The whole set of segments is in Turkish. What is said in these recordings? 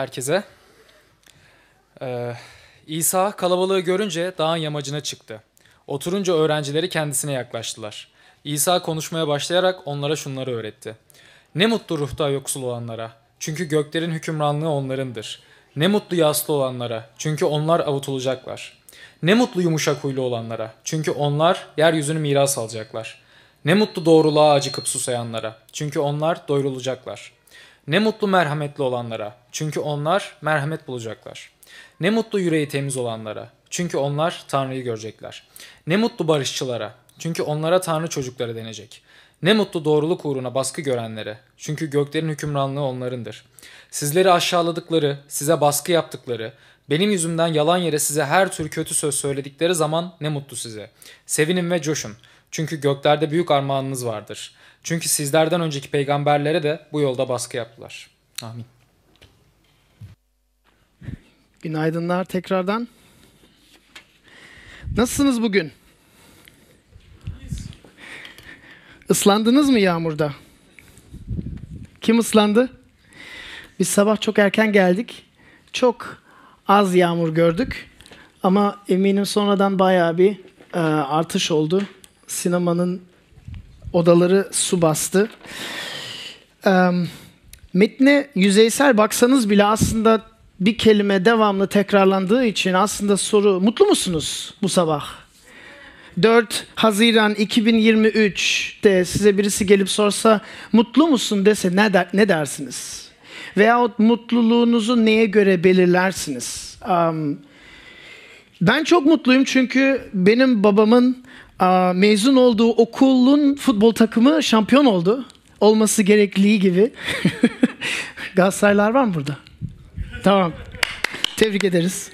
herkese. İsa kalabalığı görünce dağın yamacına çıktı. Oturunca öğrencileri kendisine yaklaştılar. İsa konuşmaya başlayarak onlara şunları öğretti. Ne mutlu ruhta yoksul olanlara, çünkü göklerin hükümranlığı onlarındır. Ne mutlu yaslı olanlara, çünkü onlar avutulacaklar. Ne mutlu yumuşak huylu olanlara, çünkü onlar yeryüzünü miras alacaklar. Ne mutlu doğruluğa acıkıp susayanlara, çünkü onlar doyurulacaklar. Ne mutlu merhametli olanlara, çünkü onlar merhamet bulacaklar. Ne mutlu yüreği temiz olanlara, çünkü onlar Tanrı'yı görecekler. Ne mutlu barışçılara, çünkü onlara Tanrı çocukları denecek. Ne mutlu doğruluk uğruna baskı görenlere, çünkü göklerin hükümranlığı onlarındır. Sizleri aşağıladıkları, size baskı yaptıkları, benim yüzümden yalan yere size her tür kötü söz söyledikleri zaman ne mutlu size. Sevinin ve coşun, çünkü göklerde büyük armağanınız vardır. Çünkü sizlerden önceki peygamberlere de bu yolda baskı yaptılar. Amin. Günaydınlar tekrardan. Nasılsınız bugün? Islandınız mı yağmurda? Kim ıslandı? Biz sabah çok erken geldik. Çok az yağmur gördük. Ama eminim sonradan bayağı bir artış oldu. Sinemanın odaları su bastı. Metne yüzeysel baksanız bile aslında bir kelime devamlı tekrarlandığı için aslında soru, mutlu musunuz bu sabah? 4 Haziran 2023'te size birisi gelip sorsa mutlu musun dese ne dersiniz? Veyahut mutluluğunuzu neye göre belirlersiniz? Ben çok mutluyum çünkü benim babamın mezun olduğu okulun futbol takımı şampiyon oldu. Olması gerektiği gibi. Galatasaraylılar var mı burada? Tamam. Tebrik ederiz.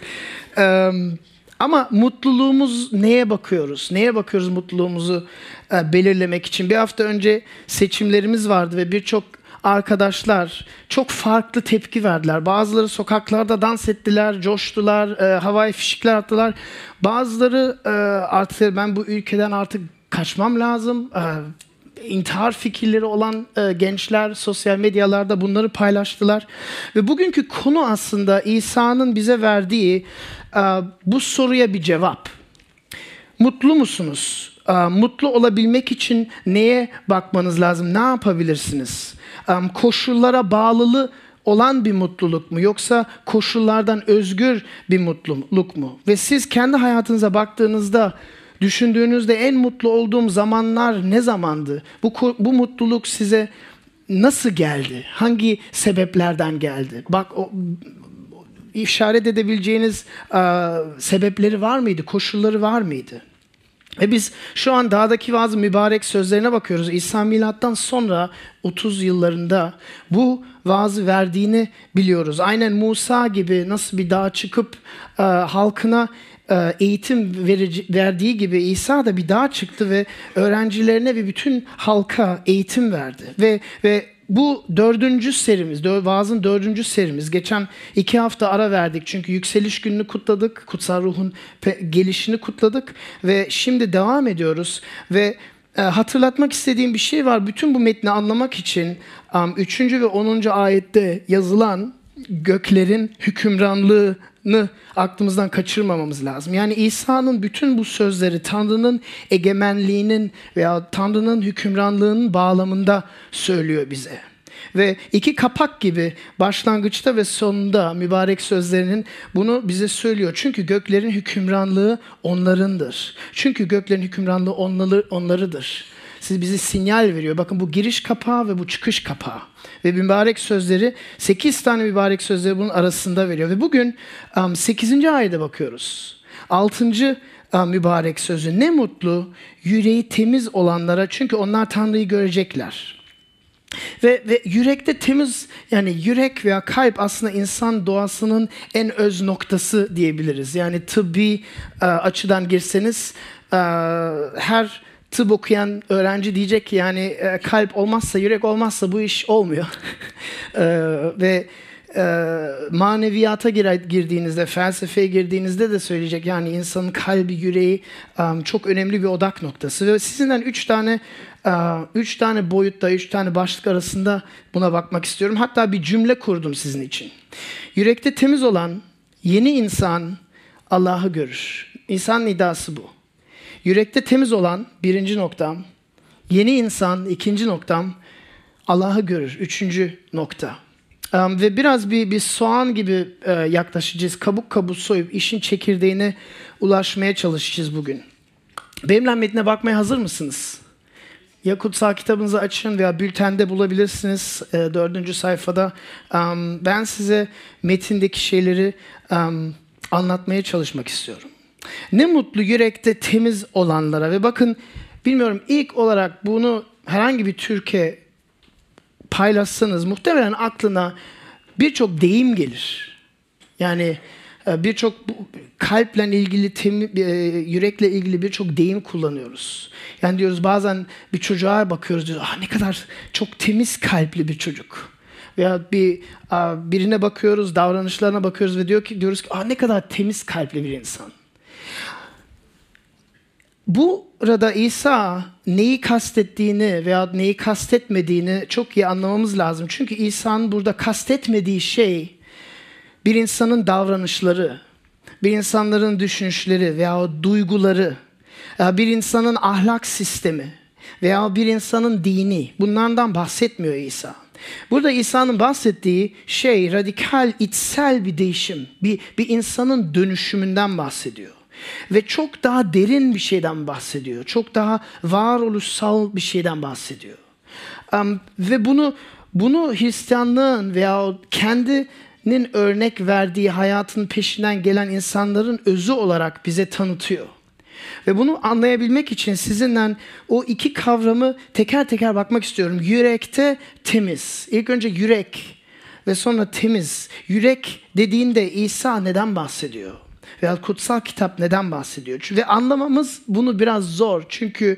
Ama mutluluğumuz neye bakıyoruz? Neye bakıyoruz mutluluğumuzu belirlemek için? Bir hafta önce seçimlerimiz vardı ve birçok arkadaşlar çok farklı tepki verdiler. Bazıları sokaklarda dans ettiler, coştular, havai fişekler attılar. Bazıları artık ben bu ülkeden artık kaçmam lazım. İntihar fikirleri olan gençler sosyal medyalarda bunları paylaştılar. Ve bugünkü konu aslında İsa'nın bize verdiği bu soruya bir cevap. Mutlu musunuz? Mutlu olabilmek için neye bakmanız lazım? Ne yapabilirsiniz? Koşullara bağlılığı olan bir mutluluk mu? Yoksa koşullardan özgür bir mutluluk mu? Ve siz kendi hayatınıza baktığınızda düşündüğünüzde en mutlu olduğum zamanlar ne zamandı? Bu mutluluk size nasıl geldi? Hangi sebeplerden geldi? Bak işaret edebileceğiniz sebepleri var mıydı? Koşulları var mıydı? Ve biz şu an dağdaki bazı mübarek sözlerine bakıyoruz. İsa milattan sonra 30 yıllarında bu vaazı verdiğini biliyoruz. Aynen Musa gibi nasıl bir dağa çıkıp halkına eğitim verdiği gibi İsa da bir dağa çıktı ve öğrencilerine ve bütün halka eğitim verdi. Ve bu dördüncü serimiz, vaazın dördüncü serimiz. Geçen 2 hafta ara verdik çünkü yükseliş gününü kutladık. Kutsal Ruh'un gelişini kutladık ve şimdi devam ediyoruz. Ve hatırlatmak istediğim bir şey var. Bütün bu metni anlamak için 3. ve 10. ayette yazılan göklerin hükümranlığını aklımızdan kaçırmamamız lazım. Yani İsa'nın bütün bu sözleri Tanrı'nın egemenliğinin veya Tanrı'nın hükümranlığının bağlamında söylüyor bize. Ve 2 kapak gibi başlangıçta ve sonunda mübarek sözlerinin bunu bize söylüyor. Çünkü göklerin hükümranlığı onlarındır. Çünkü göklerin hükümranlığı onlarıdır. Siz bize sinyal veriyor. Bakın bu giriş kapağı ve bu çıkış kapağı. Ve mübarek sözleri 8 tane mübarek sözleri bunun arasında veriyor. Ve bugün 8. ayete bakıyoruz. 6. mübarek sözü. Ne mutlu yüreği temiz olanlara çünkü onlar Tanrı'yı görecekler. Ve yürekte temiz, yani yürek veya kalp aslında insan doğasının en öz noktası diyebiliriz. Yani tıbbi açıdan girseniz her tıp okuyan öğrenci diyecek ki yani kalp olmazsa, yürek olmazsa bu iş olmuyor. Ve maneviyata girdiğinizde, felsefeye girdiğinizde de söyleyecek. Yani insanın kalbi, yüreği çok önemli bir odak noktası. Ve sizinden üç tane boyutta, 3 tane başlık arasında buna bakmak istiyorum. Hatta bir cümle kurdum sizin için. Yürekte temiz olan yeni insan Allah'ı görür. İnsanın iddiası bu. Yürekte temiz olan birinci noktam, yeni insan ikinci noktam, Allah'ı görür üçüncü nokta. Ve biraz bir soğan gibi yaklaşacağız. Kabuk kabuk soyup işin çekirdeğine ulaşmaya çalışacağız bugün. Benimle metne bakmaya hazır mısınız? Ya kutsal kitabınızı açın veya bültende bulabilirsiniz 4. sayfada. Ben size metindeki şeyleri anlatmaya çalışmak istiyorum. Ne mutlu yürekte temiz olanlara. Ve bakın, bilmiyorum, ilk olarak bunu herhangi bir Türkiye paylaşsanız muhtemelen aklına birçok deyim gelir. Yani birçok kalple ilgili, yürekle ilgili birçok deyim kullanıyoruz. Yani diyoruz, bazen bir çocuğa bakıyoruz, diyoruz, ne kadar çok temiz kalpli bir çocuk. Veya birine bakıyoruz, davranışlarına bakıyoruz ve diyoruz ki ne kadar temiz kalpli bir insan. Burada İsa neyi kastettiğini veya neyi kastetmediğini çok iyi anlamamız lazım. Çünkü İsa'nın burada kastetmediği şey bir insanın davranışları, bir insanların düşünüşleri veya duyguları, bir insanın ahlak sistemi veya bir insanın dini. Bunlardan bahsetmiyor İsa. Burada İsa'nın bahsettiği şey radikal, içsel bir değişim. Bir insanın dönüşümünden bahsediyor. Ve çok daha derin bir şeyden bahsediyor. Çok daha varoluşsal bir şeyden bahsediyor. Ve bunu Hristiyanlığın veya kendinin örnek verdiği hayatın peşinden gelen insanların özü olarak bize tanıtıyor. Ve bunu anlayabilmek için sizinle o iki kavramı teker teker bakmak istiyorum. Yürekte temiz. İlk önce yürek ve sonra temiz. Yürek dediğinde İsa neden bahsediyor? Veya kutsal kitap neden bahsediyor? Ve anlamamız bunu biraz zor. Çünkü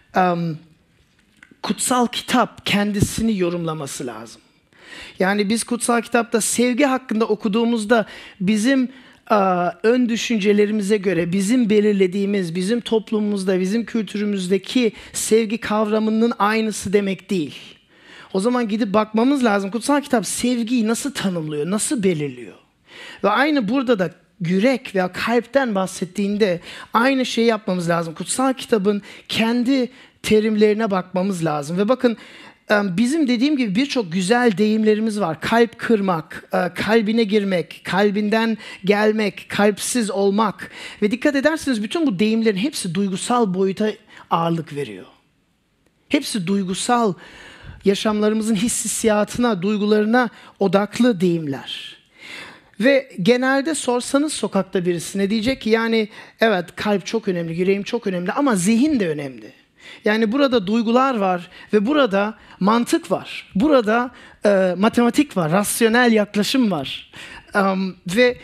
kutsal kitap kendisini yorumlaması lazım. Yani biz kutsal kitapta sevgi hakkında okuduğumuzda bizim ön düşüncelerimize göre bizim belirlediğimiz, bizim toplumumuzda, bizim kültürümüzdeki sevgi kavramının aynısı demek değil. O zaman gidip bakmamız lazım. Kutsal kitap sevgiyi nasıl tanımlıyor, nasıl belirliyor? Ve aynı burada da yürek veya kalpten bahsettiğinde aynı şeyi yapmamız lazım. Kutsal kitabın kendi terimlerine bakmamız lazım. Ve bakın, bizim dediğim gibi birçok güzel deyimlerimiz var. Kalp kırmak, kalbine girmek, kalbinden gelmek, kalpsiz olmak. Ve dikkat ederseniz bütün bu deyimlerin hepsi duygusal boyuta ağırlık veriyor. Hepsi duygusal, yaşamlarımızın hissiyatına, duygularına odaklı deyimler. Ve genelde sorsanız sokakta birisine diyecek ki yani evet, kalp çok önemli, yüreğim çok önemli ama zihin de önemli. Yani burada duygular var ve burada mantık var. Burada matematik var, rasyonel yaklaşım var. Ve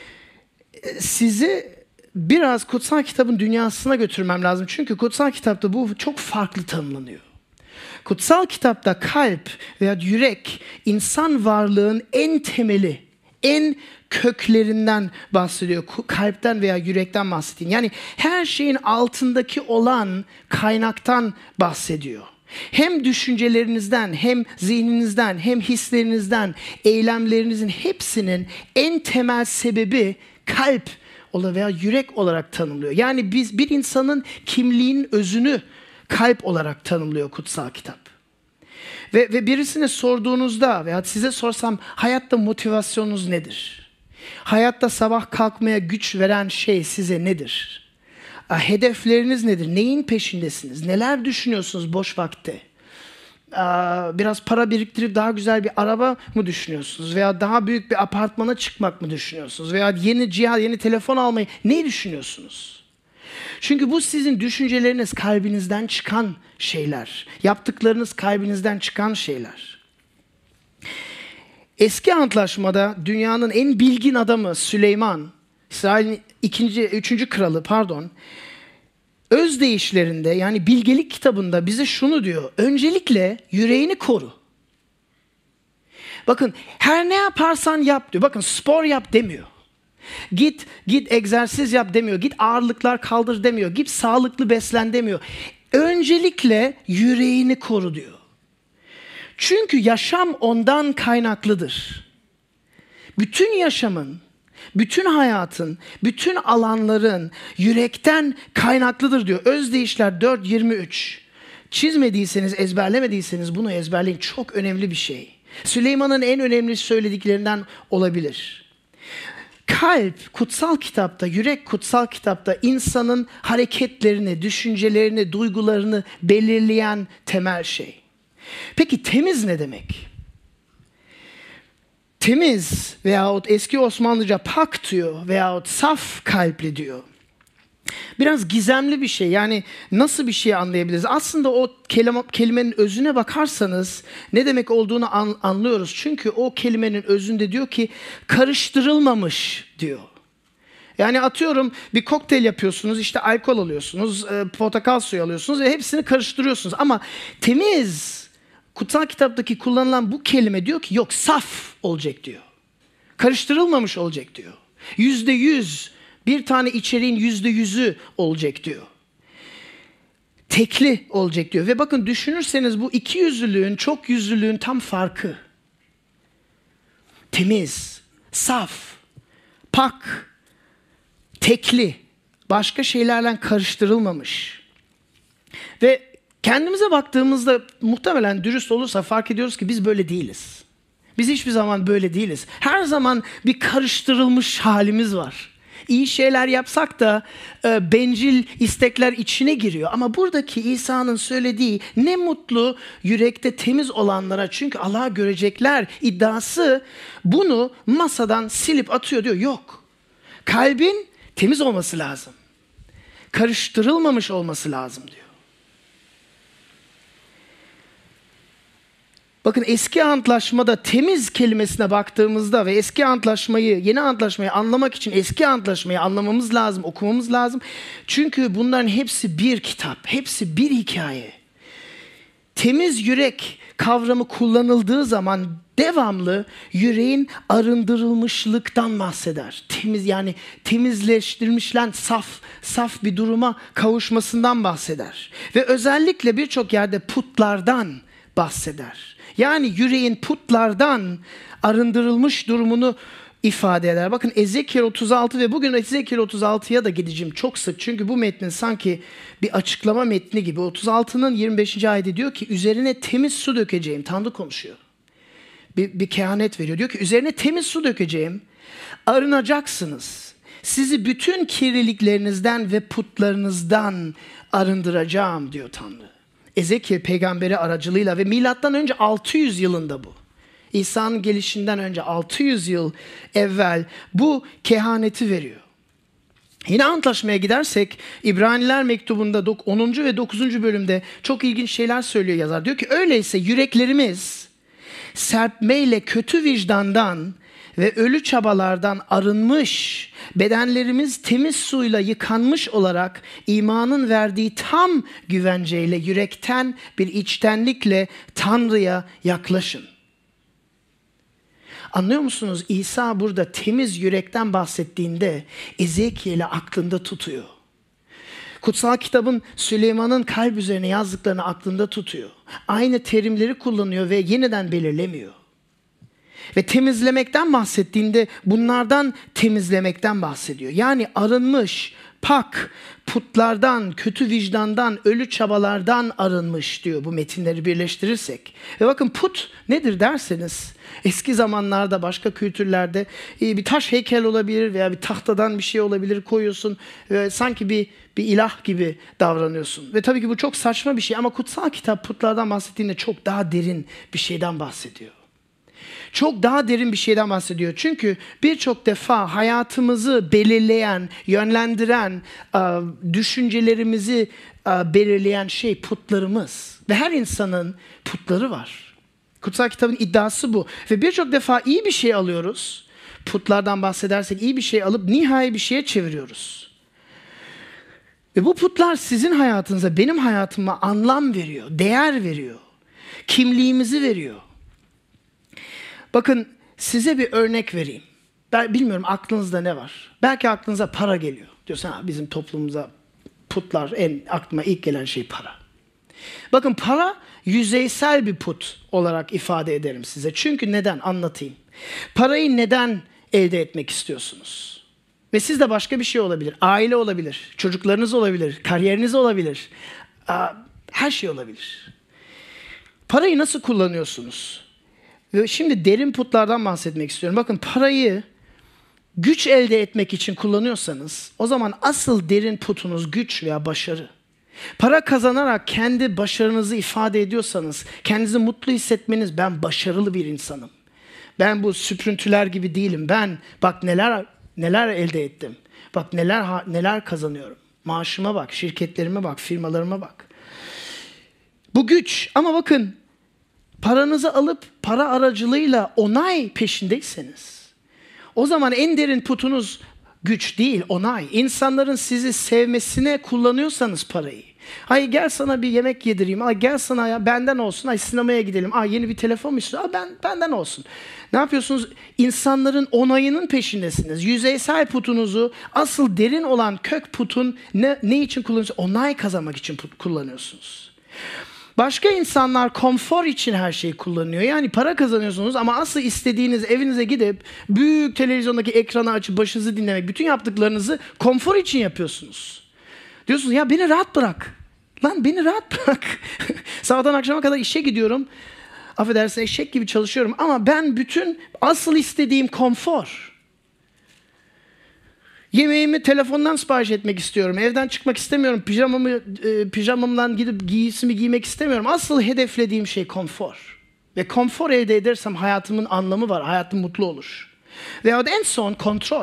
sizi biraz kutsal kitabın dünyasına götürmem lazım. Çünkü kutsal kitapta bu çok farklı tanımlanıyor. Kutsal kitapta kalp veya yürek insan varlığın en temeli, en köklerinden bahsediyor. Kalpten veya yürekten bahsediyor. Yani her şeyin altındaki olan kaynaktan bahsediyor. Hem düşüncelerinizden, hem zihninizden, hem hislerinizden, eylemlerinizin hepsinin en temel sebebi kalp veya yürek olarak tanımlıyor. Yani bir insanın kimliğinin özünü kalp olarak tanımlıyor kutsal kitap. Ve birisine sorduğunuzda veya size sorsam hayatta motivasyonunuz nedir? Hayatta sabah kalkmaya güç veren şey size nedir? Hedefleriniz nedir? Neyin peşindesiniz? Neler düşünüyorsunuz boş vakte? Biraz para biriktirip daha güzel bir araba mı düşünüyorsunuz? Veya daha büyük bir apartmana çıkmak mı düşünüyorsunuz? Veya yeni telefon almayı ne düşünüyorsunuz? Çünkü bu sizin düşünceleriniz, kalbinizden çıkan şeyler. Yaptıklarınız kalbinizden çıkan şeyler. Eski antlaşmada dünyanın en bilgin adamı Süleyman, İsrail'in 3. kralı, özdeyişlerinde, yani bilgelik kitabında bize şunu diyor. Öncelikle yüreğini koru. Bakın her ne yaparsan yap diyor. Bakın spor yap demiyor. Git egzersiz yap demiyor. Git ağırlıklar kaldır demiyor. Git sağlıklı beslen demiyor. Öncelikle yüreğini koru diyor. Çünkü yaşam ondan kaynaklıdır. Bütün yaşamın, bütün hayatın, bütün alanların yürekten kaynaklıdır diyor. Özdeyişler 4:23. Çizmediyseniz, ezberlemediyseniz bunu ezberleyin. Çok önemli bir şey. Süleyman'ın en önemli söylediklerinden olabilir. Kalp kutsal kitapta, yürek kutsal kitapta insanın hareketlerini, düşüncelerini, duygularını belirleyen temel şey. Peki temiz ne demek? Temiz veyahut eski Osmanlıca pak diyor veyahut saf kalpli diyor. Biraz gizemli bir şey. Yani nasıl bir şey anlayabiliriz? Aslında o kelimenin özüne bakarsanız ne demek olduğunu anlıyoruz. Çünkü o kelimenin özünde diyor ki karıştırılmamış diyor. Yani atıyorum bir kokteyl yapıyorsunuz, işte alkol alıyorsunuz, portakal suyu alıyorsunuz ve hepsini karıştırıyorsunuz. Ama temiz, kutsal kitaptaki kullanılan bu kelime diyor ki yok, saf olacak diyor. Karıştırılmamış olacak diyor. %100, bir tane içeriğin %100'ü olacak diyor. Tekli olacak diyor. Ve bakın düşünürseniz bu iki yüzlülüğün, çok yüzlülüğün tam farkı. Temiz, saf, pak, tekli, başka şeylerle karıştırılmamış. Ve kendimize baktığımızda muhtemelen dürüst olursa fark ediyoruz ki biz böyle değiliz. Biz hiçbir zaman böyle değiliz. Her zaman bir karıştırılmış halimiz var. İyi şeyler yapsak da bencil istekler içine giriyor. Ama buradaki İsa'nın söylediği ne mutlu yürekte temiz olanlara, çünkü Allah'ı görecekler iddiası bunu masadan silip atıyor diyor. Yok. Kalbin temiz olması lazım. Karıştırılmamış olması lazım diyor. Bakın eski antlaşmada temiz kelimesine baktığımızda ve eski antlaşmayı, yeni antlaşmayı anlamak için eski antlaşmayı anlamamız lazım, okumamız lazım. Çünkü bunların hepsi bir kitap, hepsi bir hikaye. Temiz yürek kavramı kullanıldığı zaman devamlı yüreğin arındırılmışlıktan bahseder. Temiz, yani temizleştirilmişlen saf bir duruma kavuşmasından bahseder. Ve özellikle birçok yerde putlardan bahseder. Yani yüreğin putlardan arındırılmış durumunu ifade eder. Bakın Ezekiel 36 ve bugün Ezekiel 36'ya da gideceğim çok sık. Çünkü bu metnin sanki bir açıklama metni gibi. 36'nın 25. ayeti diyor ki üzerine temiz su dökeceğim. Tanrı konuşuyor. Bir kehanet veriyor. Diyor ki üzerine temiz su dökeceğim. Arınacaksınız. Sizi bütün kirliliklerinizden ve putlarınızdan arındıracağım diyor Tanrı. Ezekiel peygamberi aracılığıyla ve milattan önce 600 yılında bu. İsa'nın gelişinden önce 600 yıl evvel bu kehaneti veriyor. Yine antlaşmaya gidersek İbraniler mektubunda 10. ve 9. bölümde çok ilginç şeyler söylüyor yazar. Diyor ki öyleyse yüreklerimiz serpmeyle kötü vicdandan ve ölü çabalardan arınmış, bedenlerimiz temiz suyla yıkanmış olarak imanın verdiği tam güvenceyle, yürekten bir içtenlikle Tanrı'ya yaklaşın. Anlıyor musunuz? İsa burada temiz yürekten bahsettiğinde Ezekiel'i aklında tutuyor. Kutsal kitabın Süleyman'ın kalp üzerine yazdıklarını aklında tutuyor. Aynı terimleri kullanıyor ve yeniden belirlemiyor. Ve temizlemekten bahsettiğinde bunlardan temizlemekten bahsediyor. Yani arınmış, pak, putlardan, kötü vicdandan, ölü çabalardan arınmış diyor bu metinleri birleştirirsek. Ve bakın put nedir derseniz, eski zamanlarda başka kültürlerde bir taş heykel olabilir veya bir tahtadan bir şey olabilir, koyuyorsun ve sanki bir ilah gibi davranıyorsun. Ve tabii ki bu çok saçma bir şey ama kutsal kitap putlardan bahsettiğinde çok daha derin bir şeyden bahsediyor. Çok daha derin bir şeyden bahsediyor. Çünkü birçok defa hayatımızı belirleyen, yönlendiren, düşüncelerimizi belirleyen şey putlarımız. Ve her insanın putları var. Kutsal kitabın iddiası bu. Ve birçok defa iyi bir şey alıyoruz. Putlardan bahsedersek iyi bir şey alıp nihai bir şeye çeviriyoruz. Ve bu putlar sizin hayatınıza, benim hayatıma anlam veriyor, değer veriyor. Kimliğimizi veriyor. Bakın size bir örnek vereyim. Ben bilmiyorum aklınızda ne var. Belki aklınıza para geliyor. Diyorsun ha, bizim toplumumuza putlar, aklıma ilk gelen şey para. Bakın para yüzeysel bir put olarak ifade ederim size. Çünkü neden? Anlatayım. Parayı neden elde etmek istiyorsunuz? Ve sizde başka bir şey olabilir. Aile olabilir, çocuklarınız olabilir, kariyeriniz olabilir. Her şey olabilir. Parayı nasıl kullanıyorsunuz? Ve şimdi derin putlardan bahsetmek istiyorum. Bakın parayı güç elde etmek için kullanıyorsanız o zaman asıl derin putunuz güç veya başarı. Para kazanarak kendi başarınızı ifade ediyorsanız, kendinizi mutlu hissetmeniz, ben başarılı bir insanım. Ben bu süprüntüler gibi değilim. Ben bak neler elde ettim. Bak neler kazanıyorum. Maaşıma bak, şirketlerime bak, firmalarıma bak. Bu güç. Ama bakın paranızı alıp para aracılığıyla onay peşindeyseniz o zaman en derin putunuz güç değil, onay. İnsanların sizi sevmesine kullanıyorsanız parayı. Ay gel sana bir yemek yedireyim. Ay gel sana ya benden olsun. Ay sinemaya gidelim. Ay yeni bir telefon mu istiyorsun? Ay benden olsun. Ne yapıyorsunuz? İnsanların onayının peşindesiniz. Yüzeysel putunuzu asıl derin olan kök putun ne için kullanıyorsunuz? Onay kazanmak için kullanıyorsunuz. Başka insanlar konfor için her şeyi kullanıyor. Yani para kazanıyorsunuz ama asıl istediğiniz evinize gidip büyük televizyondaki ekranı açıp başınızı dinlemek, bütün yaptıklarınızı konfor için yapıyorsunuz. Diyorsunuz ya beni rahat bırak. Lan beni rahat bırak. Sabahtan akşama kadar işe gidiyorum. Affedersin eşek gibi çalışıyorum ama ben bütün asıl istediğim konfor. Yemeğimi telefondan sipariş etmek istiyorum. Evden çıkmak istemiyorum. Pijamamdan gidip giysimi giymek istemiyorum. Asıl hedeflediğim şey konfor. Ve konfor elde edersem hayatımın anlamı var. Hayatım mutlu olur. Veyahut en son kontrol.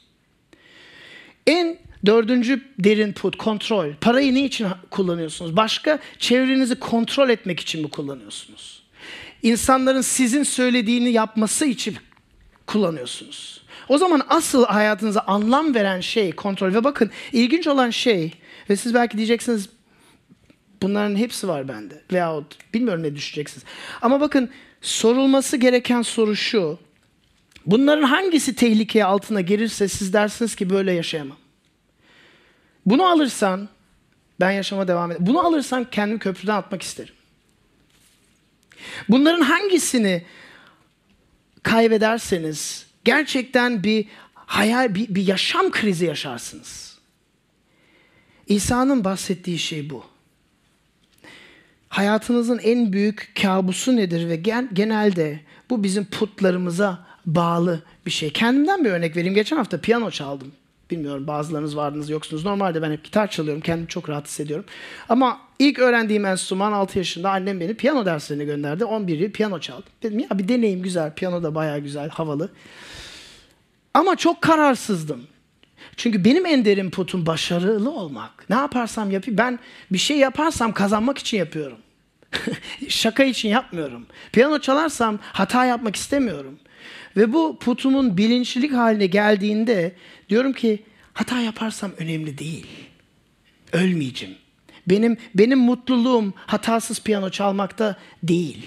Dördüncü derin put, kontrol. Parayı ne için kullanıyorsunuz? Başka çevrenizi kontrol etmek için mi kullanıyorsunuz? İnsanların sizin söylediğini yapması için kullanıyorsunuz. O zaman asıl hayatınıza anlam veren şey kontrol. Ve bakın ilginç olan şey ve siz belki diyeceksiniz bunların hepsi var bende. Veyahut bilmiyorum ne düşeceksiniz. Ama bakın sorulması gereken soru şu. Bunların hangisi tehlikeye altına girirse siz dersiniz ki böyle yaşayamam. Bunu alırsan ben yaşama devam ederim. Bunu alırsan kendimi köprüden atmak isterim. Bunların hangisini kaybederseniz gerçekten bir yaşam krizi yaşarsınız. İsa'nın bahsettiği şey bu. Hayatınızın en büyük kabusu nedir ve genelde bu bizim putlarımıza bağlı bir şey. Kendimden bir örnek vereyim. Geçen hafta piyano çaldım. Bilmiyorum bazılarınız vardınız yoksunuz. Normalde ben hep gitar çalıyorum. Kendimi çok rahat hissediyorum. Ama ilk öğrendiğim enstrüman 6 yaşında annem beni piyano derslerine gönderdi. 11 yıl piyano çaldım. Dedim ya bir deneyim güzel. Piyano da bayağı güzel, havalı. Ama çok kararsızdım. Çünkü benim en derin putum başarılı olmak. Ne yaparsam yapayım. Ben bir şey yaparsam kazanmak için yapıyorum. Şaka için yapmıyorum. Piyano çalarsam hata yapmak istemiyorum. Ve bu putumun bilinçlilik haline geldiğinde diyorum ki hata yaparsam önemli değil. Ölmeyeceğim. Benim mutluluğum hatasız piyano çalmakta değil.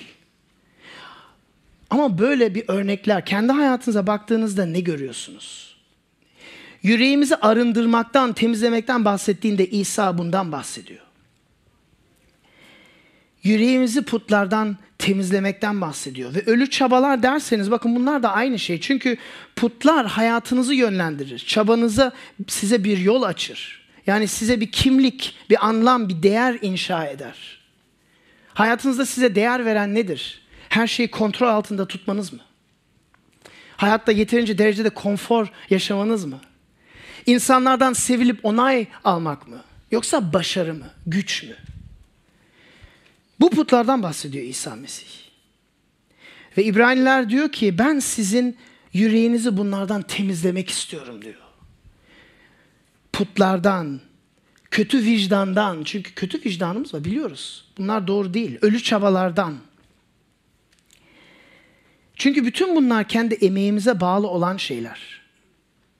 Ama böyle bir örnekler kendi hayatınıza baktığınızda ne görüyorsunuz? Yüreğimizi arındırmaktan, temizlemekten bahsettiğinde İsa bundan bahsediyor. Yüreğimizi putlardan temizlemekten bahsediyor. Ve ölü çabalar derseniz bakın bunlar da aynı şey. Çünkü putlar hayatınızı yönlendirir. Çabanıza size bir yol açır. Yani size bir kimlik, bir anlam, bir değer inşa eder. Hayatınızda size değer veren nedir? Her şeyi kontrol altında tutmanız mı? Hayatta yeterince derecede konfor yaşamanız mı? İnsanlardan sevilip onay almak mı? Yoksa başarı mı? Güç mü? Bu putlardan bahsediyor İsa Mesih. Ve İbraniler diyor ki ben sizin yüreğinizi bunlardan temizlemek istiyorum diyor. Putlardan, kötü vicdandan, çünkü kötü vicdanımız var biliyoruz. Bunlar doğru değil. Ölü çabalardan. Çünkü bütün bunlar kendi emeğimize bağlı olan şeyler.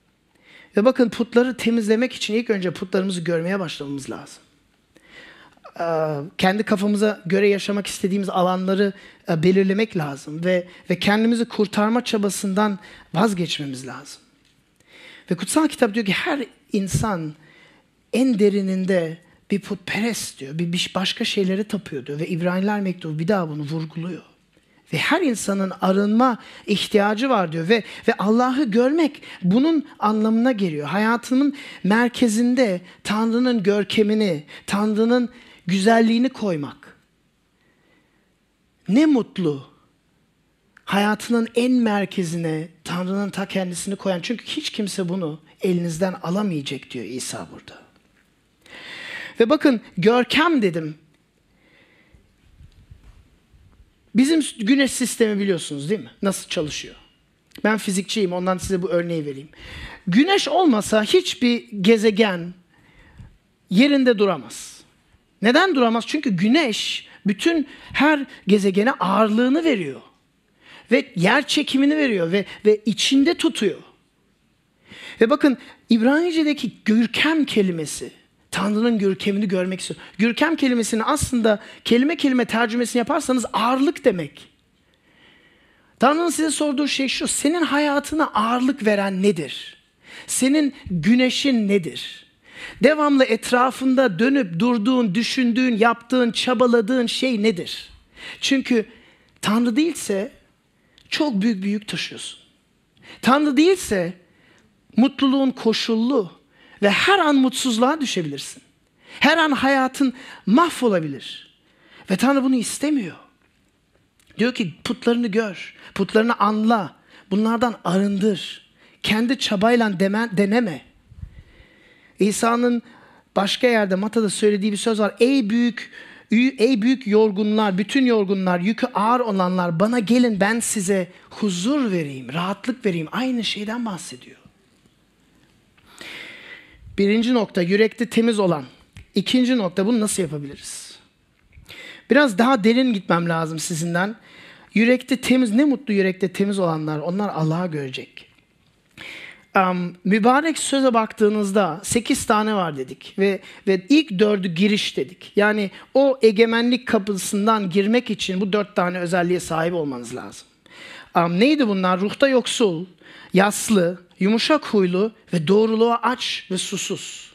Ve bakın putları temizlemek için ilk önce putlarımızı görmeye başlamamız lazım. kendi kafamıza göre yaşamak istediğimiz alanları belirlemek lazım ve kendimizi kurtarma çabasından vazgeçmemiz lazım. Ve kutsal kitap diyor ki her insan en derininde bir putperest diyor, bir başka şeylere tapıyor diyor ve İbraniler mektubu bir daha bunu vurguluyor. Ve her insanın arınma ihtiyacı var diyor ve Allah'ı görmek bunun anlamına geliyor. Hayatının merkezinde Tanrı'nın görkemini, Tanrı'nın güzelliğini koymak. Ne mutlu hayatının en merkezine Tanrı'nın ta kendisini koyan. Çünkü hiç kimse bunu elinizden alamayacak diyor İsa burada. Ve bakın görkem dedim. Bizim güneş sistemi biliyorsunuz değil mi? Nasıl çalışıyor? Ben fizikçiyim, ondan size bu örneği vereyim. Güneş olmasa hiçbir gezegen yerinde duramaz. Neden duramaz? Çünkü güneş bütün her gezegene ağırlığını veriyor. Ve yer çekimini veriyor ve içinde tutuyor. Ve bakın İbranice'deki görkem kelimesi, Tanrı'nın görkemini görmek istiyor. Görkem kelimesini aslında kelime kelime tercümesini yaparsanız ağırlık demek. Tanrı'nın size sorduğu şey şu: senin hayatına ağırlık veren nedir? Senin güneşin nedir? Devamlı etrafında dönüp durduğun, düşündüğün, yaptığın, çabaladığın şey nedir? Çünkü Tanrı değilse çok büyük bir yük taşıyorsun. Tanrı değilse mutluluğun koşullu ve her an mutsuzluğa düşebilirsin. Her an hayatın mahvolabilir. Ve Tanrı bunu istemiyor. Diyor ki putlarını gör, putlarını anla, bunlardan arındır. Kendi çabayla deneme. İsa'nın başka yerde Mata'da söylediği bir söz var. Ey büyük yorgunlar, bütün yorgunlar, yükü ağır olanlar bana gelin, ben size huzur vereyim, rahatlık vereyim. Aynı şeyden bahsediyor. Birinci nokta yürekte temiz olan. İkinci nokta bunu nasıl yapabiliriz? Biraz daha derin gitmem lazım sizinden. Yürekte temiz, ne mutlu yürekte temiz olanlar, onlar Allah'ı görecek. Mübarek söze baktığınızda 8 tane var dedik ve ilk 4'ü giriş dedik. Yani o egemenlik kapısından girmek için bu 4 tane özelliğe sahip olmanız lazım. Neydi bunlar? Ruhta yoksul, yaslı, yumuşak huylu ve doğruluğa aç ve susuz.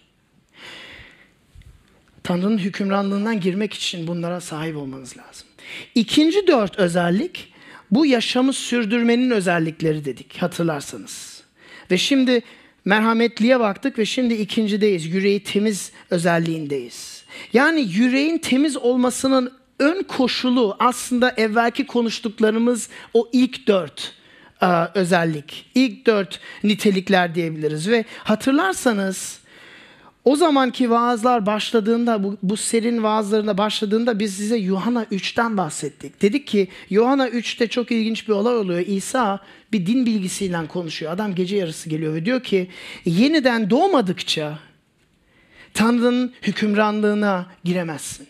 Tanrı'nın hükümranlığından girmek için bunlara sahip olmanız lazım. İkinci 4 özellik, bu yaşamı sürdürmenin özellikleri dedik hatırlarsanız. Ve şimdi merhametliye baktık ve şimdi ikincideyiz. Yüreği temiz özelliğindeyiz. Yani yüreğin temiz olmasının ön koşulu aslında evvelki konuştuklarımız o ilk 4 özellik. İlk 4 nitelikler diyebiliriz. Ve hatırlarsanız o zamanki vaazlar başladığında, bu serinin vaazlarına başladığında biz size Yuhanna 3'ten bahsettik. Dedik ki Yuhanna 3'te çok ilginç bir olay oluyor. İsa bir din bilgisiyle konuşuyor. Adam gece yarısı geliyor ve diyor ki yeniden doğmadıkça Tanrı'nın hükümranlığına giremezsin.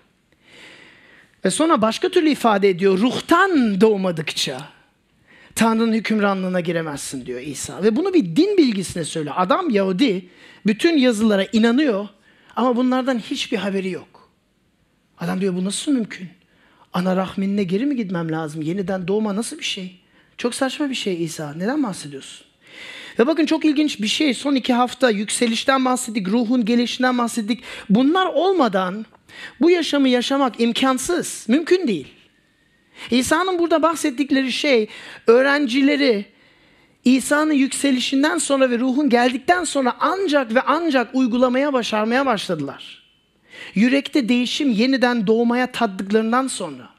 Ve sonra başka türlü ifade ediyor. Ruhtan doğmadıkça Tanrı'nın hükümranlığına giremezsin diyor İsa. Ve bunu bir din bilgisine söylüyor. Adam Yahudi, bütün yazılara inanıyor ama bunlardan hiçbir haberi yok. Adam diyor bu nasıl mümkün? Ana rahminine geri mi gitmem lazım? Yeniden doğma nasıl bir şey? Çok saçma bir şey İsa. Neden bahsediyorsun? Ve bakın çok ilginç bir şey. Son 2 hafta yükselişten bahsettik, ruhun gelişinden bahsettik. Bunlar olmadan bu yaşamı yaşamak imkansız, mümkün değil. İsa'nın burada bahsettikleri şey öğrencileri İsa'nın yükselişinden sonra ve ruhun geldikten sonra ancak uygulamaya başarmaya başladılar. Yürekte değişim yeniden doğmaya tattıklarından sonra.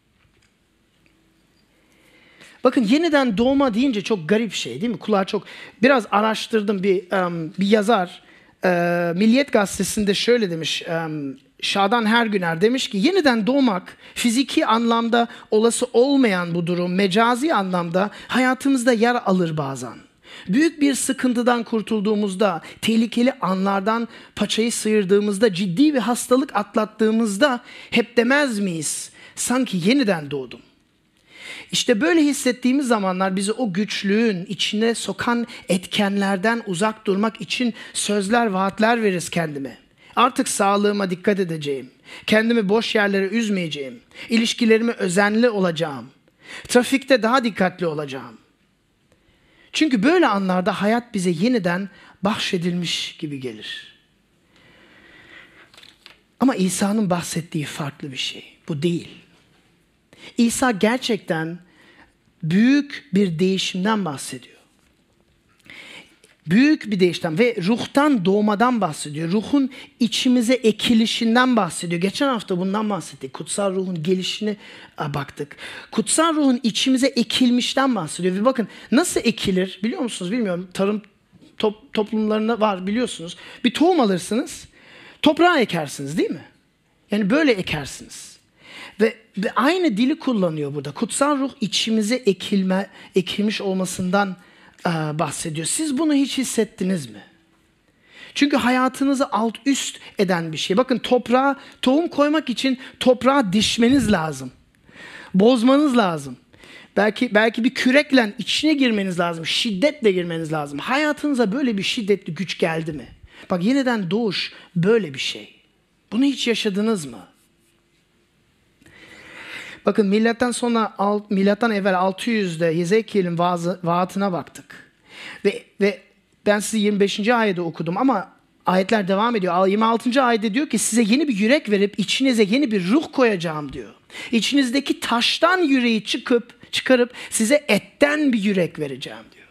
Bakın yeniden doğma deyince çok garip şey değil mi? Kulağa çok... Biraz araştırdım bir yazar. Milliyet Gazetesi'nde şöyle demiş... Şadan Hergüner demiş ki yeniden doğmak fiziki anlamda olası olmayan bu durum mecazi anlamda hayatımızda yer alır bazen. Büyük bir sıkıntıdan kurtulduğumuzda, tehlikeli anlardan paçayı sıyırdığımızda, ciddi bir hastalık atlattığımızda hep demez miyiz? Sanki yeniden doğdum. İşte böyle hissettiğimiz zamanlar bizi o güçlüğün içine sokan etkenlerden uzak durmak için sözler, vaatler veririz kendime. Artık sağlığıma dikkat edeceğim. Kendimi boş yerlere üzmeyeceğim. İlişkilerime özenli olacağım. Trafikte daha dikkatli olacağım. Çünkü böyle anlarda hayat bize yeniden bahşedilmiş gibi gelir. Ama İsa'nın bahsettiği farklı bir şey. Bu değil. İsa gerçekten büyük bir değişimden bahsediyor. Büyük bir değişimden ve ruhtan doğmadan bahsediyor. Ruhun içimize ekilişinden bahsediyor. Geçen hafta bundan bahsettik. Kutsal ruhun gelişine baktık. Kutsal ruhun içimize ekilmişten bahsediyor. Ve bakın nasıl ekilir biliyor musunuz? Bilmiyorum. Tarım toplumlarında var biliyorsunuz. Bir tohum alırsınız. Toprağa ekersiniz değil mi? Yani böyle ekersiniz. Ve aynı dili kullanıyor burada. Kutsal ruh içimize ekilmiş olmasından bahsediyor. Siz bunu hiç hissettiniz mi? Çünkü hayatınızı alt üst eden bir şey. Bakın toprağa tohum koymak için toprağa dişmeniz lazım. Bozmanız lazım. Belki bir kürekle içine girmeniz lazım. Şiddetle girmeniz lazım. Hayatınıza böyle bir şiddetli güç geldi mi? Bak yeniden doğuş böyle bir şey. Bunu hiç yaşadınız mı? Bakın milattan evvel 600'de Hezekiel'in vaatına baktık. Ve ben size 25. ayeti okudum ama ayetler devam ediyor. 26. ayette diyor ki size yeni bir yürek verip içinize yeni bir ruh koyacağım diyor. İçinizdeki taştan yüreği çıkarıp size etten bir yürek vereceğim diyor.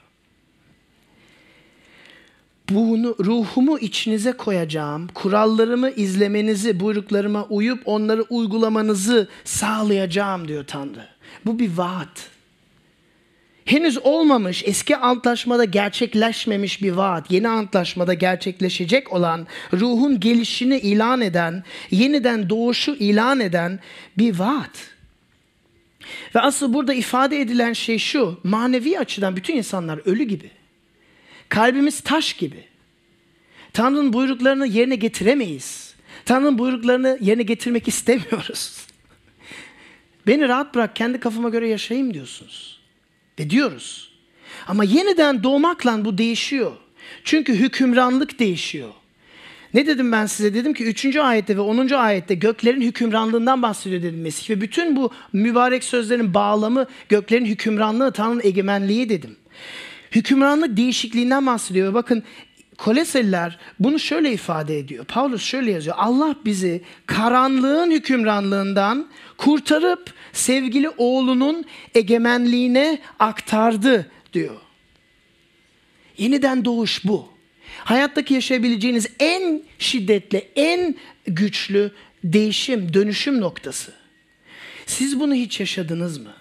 Bunu, ruhumu içinize koyacağım, kurallarımı izlemenizi, buyruklarıma uyup onları uygulamanızı sağlayacağım diyor Tanrı. Bu bir vaat. Henüz olmamış, eski antlaşmada gerçekleşmemiş bir vaat, yeni antlaşmada gerçekleşecek olan, ruhun gelişini ilan eden, yeniden doğuşu ilan eden bir vaat. Ve asıl burada ifade edilen şey şu, manevi açıdan bütün insanlar ölü gibi. Kalbimiz taş gibi. Tanrı'nın buyruklarını yerine getiremeyiz. Tanrı'nın buyruklarını yerine getirmek istemiyoruz. Beni rahat bırak, kendi kafama göre yaşayayım diyorsunuz. Ve diyoruz. Ama yeniden doğmakla bu değişiyor. Çünkü hükümranlık değişiyor. Ne dedim ben size? Dedim ki 3. ayette ve 10. ayette göklerin hükümranlığından bahsediyor dedim Mesih. Ve bütün bu mübarek sözlerin bağlamı göklerin hükümranlığı, Tanrı'nın egemenliği dedim. Hükümranlık değişikliğinden bahsediyor. Ve bakın Koleseliler bunu şöyle ifade ediyor. Paulus şöyle yazıyor. Allah bizi karanlığın hükümranlığından kurtarıp sevgili oğlunun egemenliğine aktardı diyor. Yeniden doğuş bu. Hayattaki yaşayabileceğiniz en şiddetli, en güçlü değişim, dönüşüm noktası. Siz bunu hiç yaşadınız mı?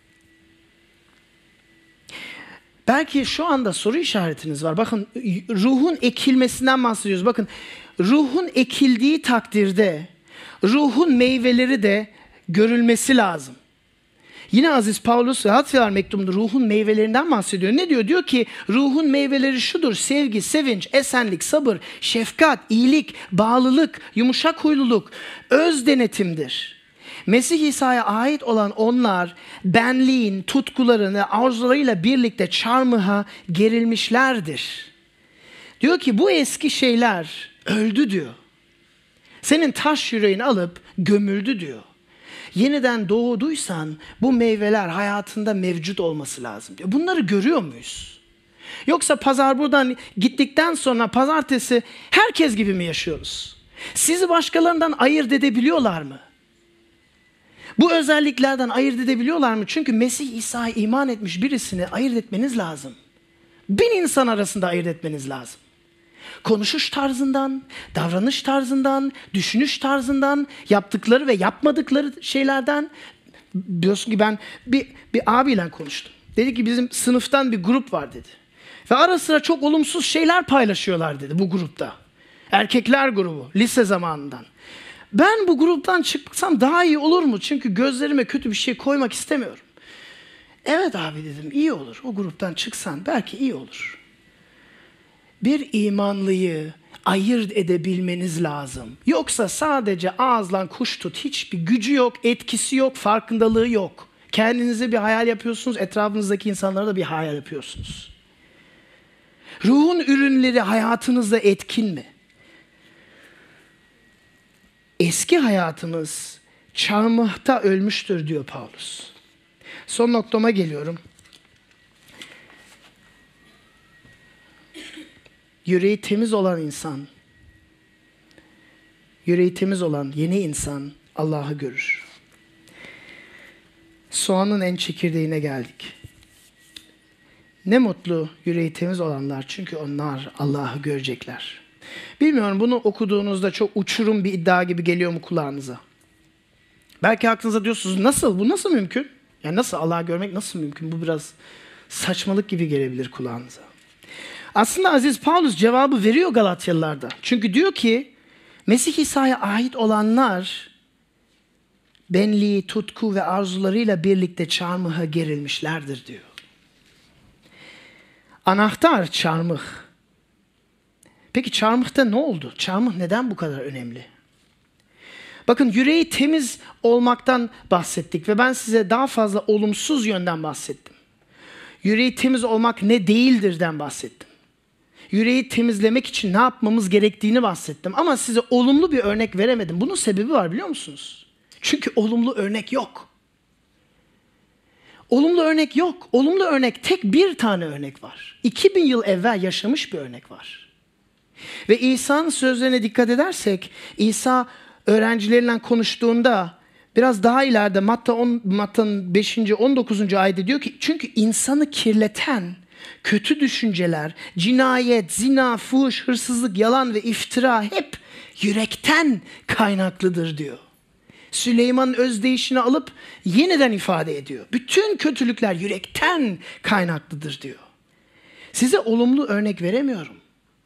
Belki şu anda soru işaretiniz var. Bakın ruhun ekilmesinden bahsediyoruz. Bakın ruhun ekildiği takdirde ruhun meyveleri de görülmesi lazım. Yine Aziz Paulus Galatasaray mektubunda ruhun meyvelerinden bahsediyor. Ne diyor? Diyor ki ruhun meyveleri şudur: sevgi, sevinç, esenlik, sabır, şefkat, iyilik, bağlılık, yumuşak huyluluk, öz denetimdir. Mesih İsa'ya ait olan onlar benliğin, tutkuların ve arzularıyla birlikte çarmıha gerilmişlerdir. Diyor ki bu eski şeyler öldü diyor. Senin taş yüreğini alıp gömüldü diyor. Yeniden doğduysan bu meyveler hayatında mevcut olması lazım diyor. Bunları görüyor muyuz? Yoksa pazar buradan gittikten sonra pazartesi herkes gibi mi yaşıyoruz? Sizi başkalarından ayırt edebiliyorlar mı? Bu özelliklerden ayırt edebiliyorlar mı? Çünkü Mesih İsa'ya iman etmiş birisini ayırt etmeniz lazım. 1000 insan arasında ayırt etmeniz lazım. Konuşuş tarzından, davranış tarzından, düşünüş tarzından, yaptıkları ve yapmadıkları şeylerden. Diyorsun ki ben bir abiyle konuştum. Dedi ki bizim sınıftan bir grup var dedi. Ve ara sıra çok olumsuz şeyler paylaşıyorlar dedi bu grupta. Erkekler grubu, lise zamanından. Ben bu gruptan çıksam daha iyi olur mu? Çünkü gözlerime kötü bir şey koymak istemiyorum. Evet abi dedim, iyi olur. O gruptan çıksan belki iyi olur. Bir imanlıyı ayırt edebilmeniz lazım. Yoksa sadece ağızdan kuş tut. Hiçbir gücü yok, etkisi yok, farkındalığı yok. Kendinize bir hayal yapıyorsunuz, etrafınızdaki insanlara da bir hayal yapıyorsunuz. Ruhun ürünleri hayatınızda etkin mi? Eski hayatımız çarmıhta ölmüştür diyor Paulus. Son noktama geliyorum. Yüreği temiz olan insan, yüreği temiz olan yeni insan Allah'ı görür. Soğanın en çekirdeğine geldik. Ne mutlu yüreği temiz olanlar, çünkü onlar Allah'ı görecekler. Bilmiyorum, bunu okuduğunuzda çok uçurum bir iddia gibi geliyor mu kulağınıza? Belki aklınıza diyorsunuz, nasıl? Bu nasıl mümkün? Yani nasıl Allah'ı görmek nasıl mümkün? Bu biraz saçmalık gibi gelebilir kulağınıza. Aslında Aziz Paulus cevabı veriyor Galatyalılarda. Çünkü diyor ki Mesih İsa'ya ait olanlar benliği, tutku ve arzularıyla birlikte çarmıha gerilmişlerdir diyor. Anahtar çarmıh. Peki çarmıhta ne oldu? Çarmıh neden bu kadar önemli? Bakın, yüreği temiz olmaktan bahsettik ve ben size daha fazla olumsuz yönden bahsettim. Yüreği temiz olmak ne değildirden bahsettim. Yüreği temizlemek için ne yapmamız gerektiğini bahsettim. Ama size olumlu bir örnek veremedim. Bunun sebebi var, biliyor musunuz? Çünkü olumlu örnek yok. Olumlu örnek yok. Olumlu örnek, tek bir tane örnek var. 2000 yıl evvel yaşamış bir örnek var. Ve İsa'nın sözlerine dikkat edersek, İsa öğrencileriyle konuştuğunda biraz daha ileride Matta'nın 5. 19. ayette diyor ki, çünkü insanı kirleten kötü düşünceler, cinayet, zina, fuhuş, hırsızlık, yalan ve iftira hep yürekten kaynaklıdır diyor. Süleyman'ın özdeyişini alıp yeniden ifade ediyor. Bütün kötülükler yürekten kaynaklıdır diyor. Size olumlu örnek veremiyorum.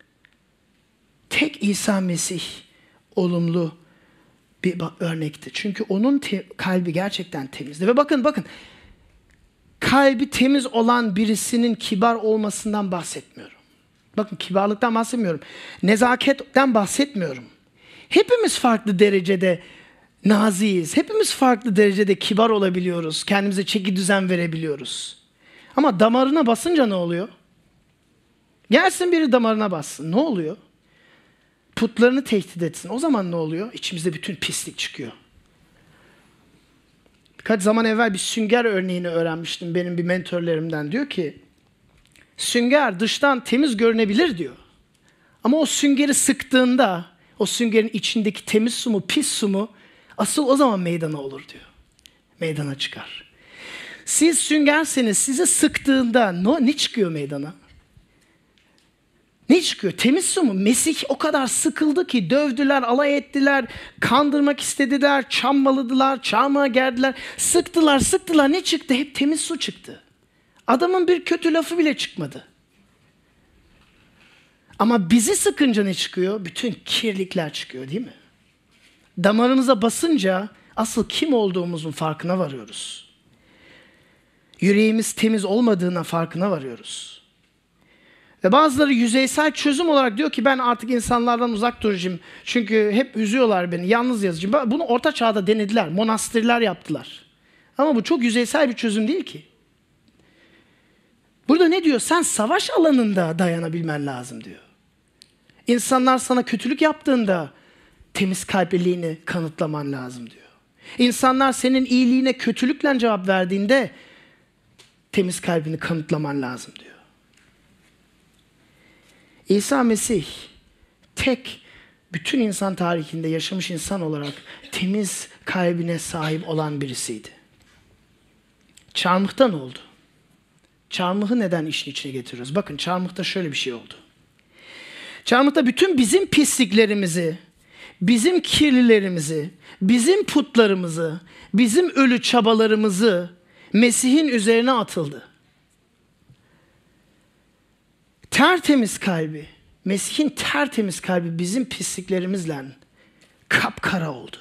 Tek İsa Mesih olumlu bir örnekti. Çünkü onun kalbi gerçekten temizdi. Ve bakın, kalbi temiz olan birisinin kibar olmasından bahsetmiyorum. Bakın, kibarlıktan bahsetmiyorum. Nezaketten bahsetmiyorum. Hepimiz farklı derecede naziyiz. Hepimiz farklı derecede kibar olabiliyoruz. Kendimize çeki düzen verebiliyoruz. Ama damarına basınca ne oluyor? Gelsin biri damarına bassın. Ne oluyor? Putlarını tehdit etsin. O zaman ne oluyor? İçimizde bütün pislik çıkıyor. Birkaç zaman evvel bir sünger örneğini öğrenmiştim benim bir mentörlerimden. Diyor ki, sünger dıştan temiz görünebilir diyor. Ama o süngeri sıktığında, o süngerin içindeki temiz su mu, pis su mu, asıl o zaman meydana olur diyor. Meydana çıkar. Siz süngerseniz, sizi sıktığında ne çıkıyor meydana? Ne çıkıyor? Temiz su mu? Mesih o kadar sıkıldı ki dövdüler, alay ettiler, kandırmak istediler, çambaladılar, çarmıha gerdiler. Sıktılar. Ne çıktı? Hep temiz su çıktı. Adamın bir kötü lafı bile çıkmadı. Ama bizi sıkınca ne çıkıyor? Bütün kirlikler çıkıyor, değil mi? Damarımıza basınca asıl kim olduğumuzun farkına varıyoruz. Yüreğimiz temiz olmadığına farkına varıyoruz. Ve bazıları yüzeysel çözüm olarak diyor ki, ben artık insanlardan uzak duracağım. Çünkü hep üzüyorlar beni, yalnız yazacağım. Bunu orta çağda denediler, monastırlar yaptılar. Ama bu çok yüzeysel bir çözüm değil ki. Burada ne diyor? Sen savaş alanında dayanabilmen lazım diyor. İnsanlar sana kötülük yaptığında temiz kalpliliğini kanıtlaman lazım diyor. İnsanlar senin iyiliğine kötülükle cevap verdiğinde temiz kalbini kanıtlaman lazım diyor. İsa Mesih tek bütün insan tarihinde yaşamış insan olarak temiz kalbine sahip olan birisiydi. Çarmıhta ne oldu? Çarmıhı neden işin içine getiriyoruz? Bakın, çarmıhta şöyle bir şey oldu. Çarmıhta bütün bizim pisliklerimizi, bizim kirlilerimizi, bizim putlarımızı, bizim ölü çabalarımızı Mesih'in üzerine atıldı. Tertemiz kalbi, Mesih'in tertemiz kalbi bizim pisliklerimizle kapkara oldu.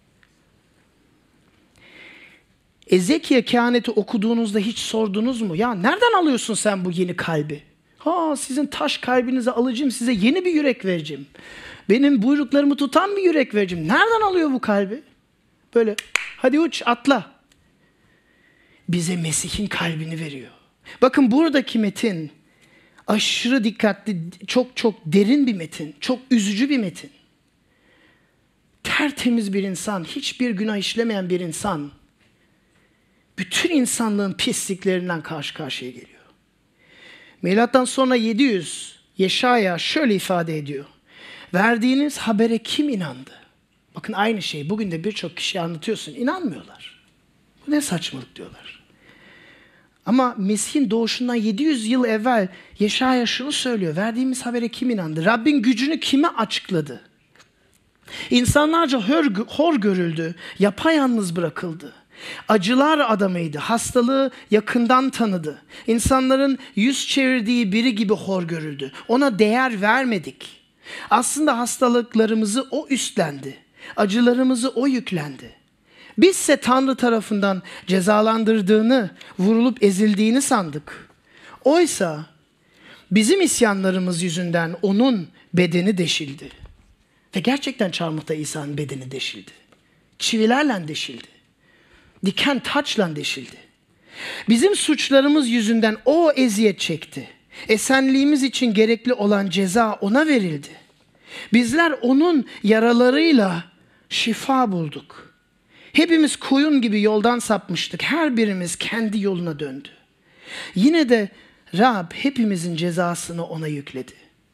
Ezekiel kehaneti okuduğunuzda hiç sordunuz mu? Ya nereden alıyorsun sen bu yeni kalbi? Sizin taş kalbinizi alacağım, size yeni bir yürek vereceğim. Benim buyruklarımı tutan bir yürek vereceğim. Nereden alıyor bu kalbi? Böyle, hadi uç, atla. Bize Mesih'in kalbini veriyor. Bakın, buradaki metin aşırı dikkatli, çok derin bir metin. Çok üzücü bir metin. tertemiz bir insan, hiçbir günah işlemeyen bir insan, bütün insanlığın pisliklerinden karşı karşıya geliyor. Milattan sonra 700, Yeşaya şöyle ifade ediyor. Verdiğiniz habere kim inandı? Bakın aynı şeyi bugün de birçok kişiye anlatıyorsun. İnanmıyorlar. Bu ne saçmalık diyorlar. Ama Mesih'in doğuşundan 700 yıl evvel Yeşaya şunu söylüyor. Verdiğimiz habere kim inandı? Rabbin gücünü kime açıkladı? İnsanlarca hor görüldü, yapayalnız bırakıldı. Acılar adamıydı, hastalığı yakından tanıdı. İnsanların yüz çevirdiği biri gibi hor görüldü. Ona değer vermedik. Aslında hastalıklarımızı o üstlendi. Acılarımızı o yüklendi. Bizse Tanrı tarafından cezalandırdığını, vurulup ezildiğini sandık. Oysa bizim isyanlarımız yüzünden onun bedeni deşildi. Ve gerçekten çarmıhta İsa'nın bedeni deşildi. Çivilerle deşildi. Diken taçla deşildi. Bizim suçlarımız yüzünden o eziyet çekti. Esenliğimiz için gerekli olan ceza ona verildi. Bizler onun yaralarıyla şifa bulduk. Hepimiz koyun gibi yoldan sapmıştık. Her birimiz kendi yoluna döndü. Yine de Rab hepimizin cezasını ona yükledi.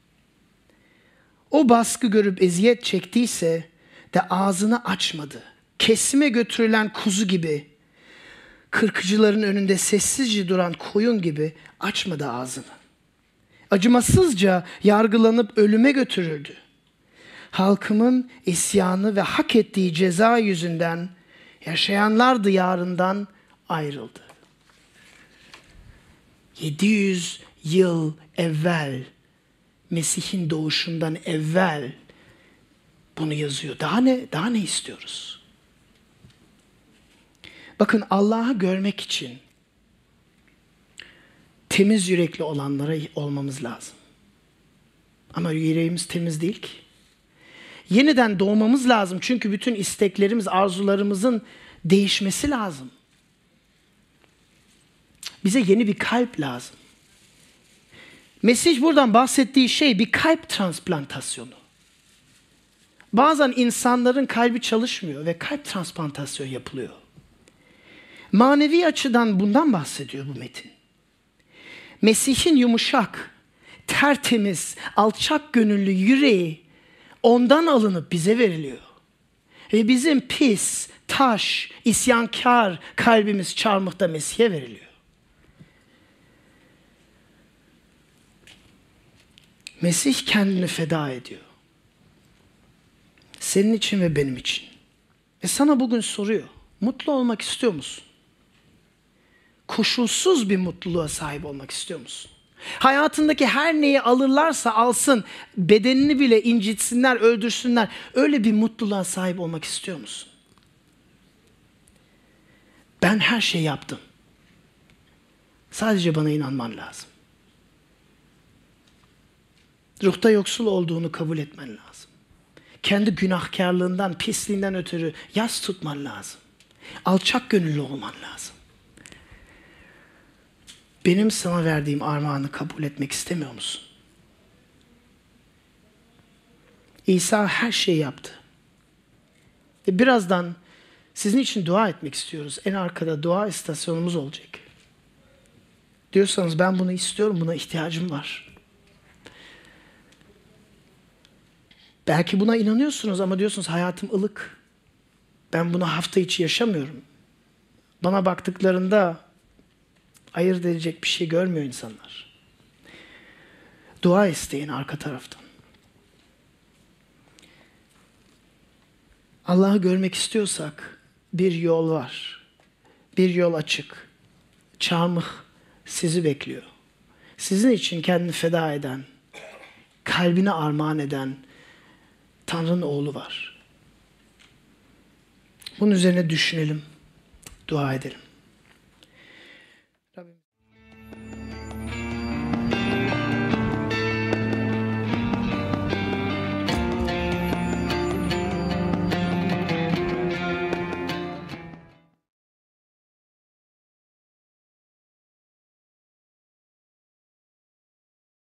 O baskı görüp eziyet çektiyse de ağzını açmadı. Kesime götürülen kuzu gibi, kırkıcıların önünde sessizce duran koyun gibi açmadı ağzını. Acımasızca yargılanıp ölüme götürüldü. Halkımın isyanı ve hak ettiği ceza yüzünden yaşayanlar diyarından ayrıldı. 700 yıl evvel, Mesih'in doğuşundan evvel bunu yazıyor. Daha ne istiyoruz? Bakın Allah'ı görmek için temiz yürekli olanlara olmamız lazım. Ama yüreğimiz temiz değil ki. Yeniden doğmamız lazım çünkü bütün isteklerimiz, arzularımızın değişmesi lazım. Bize yeni bir kalp lazım. Mesih buradan bahsettiği şey bir kalp transplantasyonu. Bazen insanların kalbi çalışmıyor ve kalp transplantasyonu yapılıyor. Manevi açıdan bundan bahsediyor bu metin. Mesih'in yumuşak, tertemiz, alçak gönüllü yüreği ondan alınıp bize veriliyor. Ve bizim pis, taş, isyankar kalbimiz çarmıhta Mesih'e veriliyor. Mesih kendini feda ediyor. Senin için ve benim için. Ve sana bugün soruyor. Mutlu olmak istiyor musun? Koşulsuz bir mutluluğa sahip olmak istiyor musun? Hayatındaki her neyi alırlarsa alsın, bedenini bile incitsinler, öldürsünler. Öyle bir mutluluğa sahip olmak istiyor musun? Ben her şeyi yaptım. Sadece bana inanman lazım. Ruhta yoksul olduğunu kabul etmen lazım. Kendi günahkarlığından, pisliğinden ötürü yas tutman lazım. Alçak gönüllü olman lazım. Benim sana verdiğim armağanı kabul etmek istemiyor musun? İsa her şeyi yaptı. Ve birazdan sizin için dua etmek istiyoruz. En arkada dua istasyonumuz olacak. Diyorsanız ben bunu istiyorum, buna ihtiyacım var. Belki buna inanıyorsunuz ama diyorsunuz hayatım ılık. Ben bunu hafta içi yaşamıyorum. Bana baktıklarında ayırt edecek bir şey görmüyor insanlar. Dua isteyin arka taraftan. Allah'ı görmek istiyorsak bir yol var. Bir yol açık. Çarmıh sizi bekliyor. Sizin için kendini feda eden, kalbine armağan eden Tanrı'nın oğlu var. Bunun üzerine düşünelim, dua edelim. Rabbim